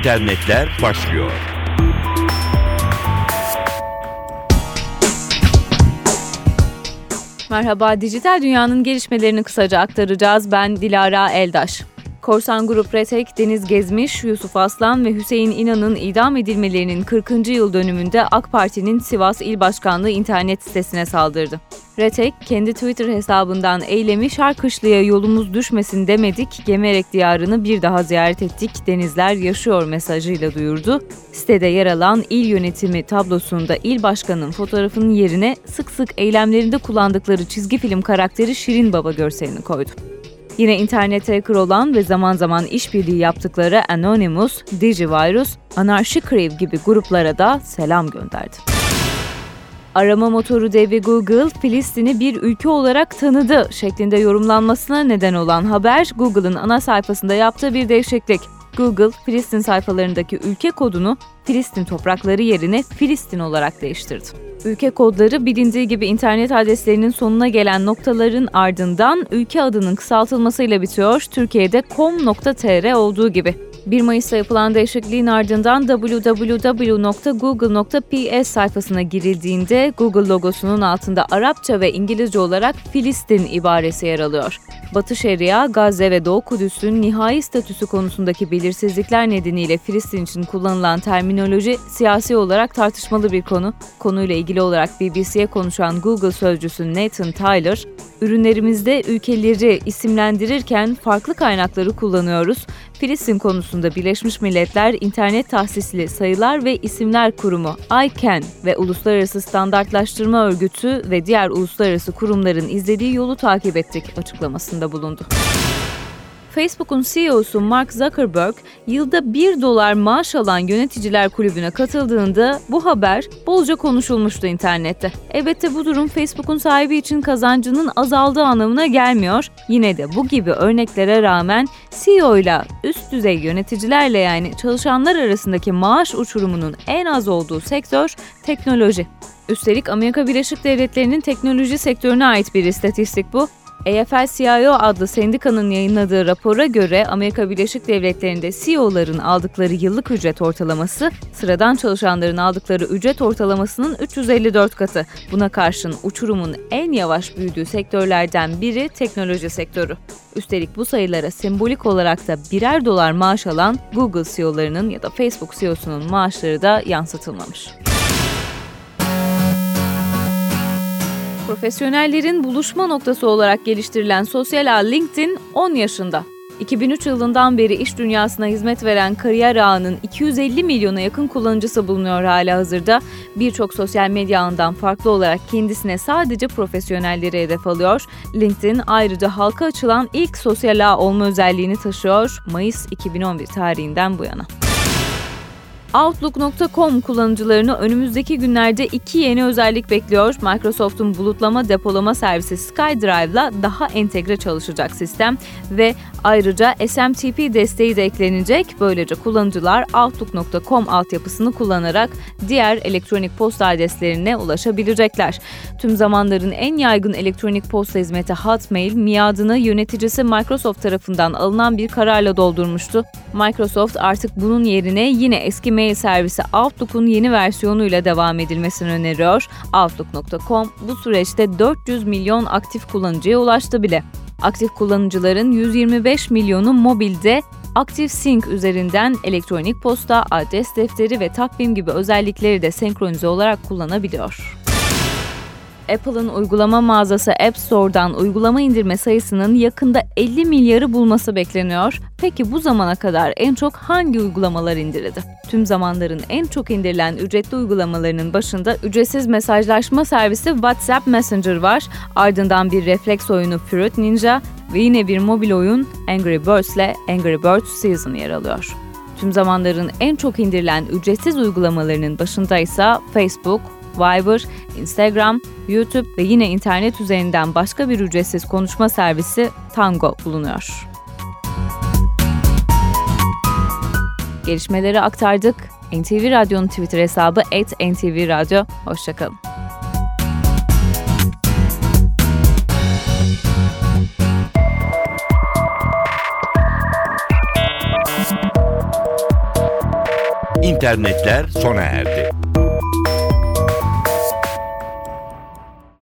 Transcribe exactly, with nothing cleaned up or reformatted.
internetler başlıyor. Merhaba, dijital dünyanın gelişmelerini kısaca aktaracağız. Ben Dilara Eldaş. Korsan Grup Retek, Deniz Gezmiş, Yusuf Aslan ve Hüseyin İnan'ın idam edilmelerinin kırkıncı yıl dönümünde AK Parti'nin Sivas İl Başkanlığı internet sitesine saldırdı. Retek, kendi Twitter hesabından eylemi Şarkışlı'ya yolumuz düşmesin demedik, Gemerek diyarını bir daha ziyaret ettik, denizler yaşıyor mesajıyla duyurdu. Sitede yer alan il yönetimi tablosunda il başkanının fotoğrafının yerine sık sık eylemlerinde kullandıkları çizgi film karakteri Şirin Baba görselini koydu. Yine internete hacker olan ve zaman zaman işbirliği yaptıkları Anonymous, Digivirus, Anarchy Crave gibi gruplara da selam gönderdi. Arama motoru devi Google, Filistin'i bir ülke olarak tanıdı şeklinde yorumlanmasına neden olan haber, Google'ın ana sayfasında yaptığı bir değişiklik. Google, Filistin sayfalarındaki ülke kodunu Filistin toprakları yerine Filistin olarak değiştirdi. Ülke kodları bilindiği gibi internet adreslerinin sonuna gelen noktaların ardından ülke adının kısaltılmasıyla bitiyor, Türkiye'de com nokta tr olduğu gibi. bir Mayıs'ta yapılan değişikliğin ardından double-u double-u double-u nokta google nokta p s sayfasına girildiğinde Google logosunun altında Arapça ve İngilizce olarak Filistin ibaresi yer alıyor. Batı Şeria, Gazze ve Doğu Kudüs'ün nihai statüsü konusundaki belirsizlikler nedeniyle Filistin için kullanılan terminoloji siyasi olarak tartışmalı bir konu. Konuyla ilgili olarak B B C'ye konuşan Google sözcüsü Nathan Tyler, "Ürünlerimizde ülkeleri isimlendirirken farklı kaynakları kullanıyoruz. Filistin konusunda Birleşmiş Milletler İnternet Tahsisli Sayılar ve İsimler Kurumu I C A N ve Uluslararası Standartlaştırma Örgütü ve diğer uluslararası kurumların izlediği yolu takip ettik" açıklamasında bulundu. Facebook'un C E O'su Mark Zuckerberg, yılda bir dolar maaş alan yöneticiler kulübüne katıldığında bu haber bolca konuşulmuştu internette. Elbette bu durum Facebook'un sahibi için kazancının azaldığı anlamına gelmiyor. Yine de bu gibi örneklere rağmen C E O ile üst düzey yöneticilerle yani çalışanlar arasındaki maaş uçurumunun en az olduğu sektör teknoloji. Üstelik Amerika Birleşik Devletleri'nin teknoloji sektörüne ait bir istatistik bu. A F L C I O adlı sendikanın yayınladığı rapora göre Amerika Birleşik Devletleri'nde C E O'ların aldıkları yıllık ücret ortalaması, sıradan çalışanların aldıkları ücret ortalamasının üç yüz elli dört katı. Buna karşın uçurumun en yavaş büyüdüğü sektörlerden biri teknoloji sektörü. Üstelik bu sayılara sembolik olarak da birer dolar maaş alan Google C E O'larının ya da Facebook C E O'sunun maaşları da yansıtılmamış. Profesyonellerin buluşma noktası olarak geliştirilen sosyal ağ LinkedIn on yaşında. iki bin üç yılından beri iş dünyasına hizmet veren kariyer ağının iki yüz elli milyona yakın kullanıcısı bulunuyor halihazırda. Birçok sosyal medya ağından farklı olarak kendisine sadece profesyonelleri hedef alıyor. LinkedIn ayrıca halka açılan ilk sosyal ağ olma özelliğini taşıyor Mayıs iki bin on bir tarihinden bu yana. Outlook nokta com kullanıcılarını önümüzdeki günlerde iki yeni özellik bekliyor. Microsoft'un bulutlama depolama servisi SkyDrive'la daha entegre çalışacak sistem ve ayrıca S M T P desteği de eklenecek. Böylece kullanıcılar Outlook nokta com altyapısını kullanarak diğer elektronik posta adreslerine ulaşabilecekler. Tüm zamanların en yaygın elektronik posta hizmeti Hotmail, miadını yöneticisi Microsoft tarafından alınan bir kararla doldurmuştu. Microsoft artık bunun yerine yine eski mail servisi Outlook'un yeni versiyonuyla devam edilmesini öneriyor. Outlook nokta com bu süreçte dört yüz milyon aktif kullanıcıya ulaştı bile. Aktif kullanıcıların yüz yirmi beş milyonu mobilde ActiveSync üzerinden elektronik posta, adres defteri ve takvim gibi özellikleri de senkronize olarak kullanabiliyor. Apple'ın uygulama mağazası App Store'dan uygulama indirme sayısının yakında elli milyarı bulması bekleniyor. Peki bu zamana kadar en çok hangi uygulamalar indirildi? Tüm zamanların en çok indirilen ücretli uygulamalarının başında ücretsiz mesajlaşma servisi WhatsApp Messenger var. Ardından bir refleks oyunu Fruit Ninja ve yine bir mobil oyun Angry Birds ile Angry Birds Season yer alıyor. Tüm zamanların en çok indirilen ücretsiz uygulamalarının başında ise Facebook, Viber, Instagram, YouTube ve yine internet üzerinden başka bir ücretsiz konuşma servisi Tango bulunuyor. Gelişmeleri aktardık. N T V Radyo'nun Twitter hesabı et N T V Radyo. Hoşça kalın. İnternetler sona erdi.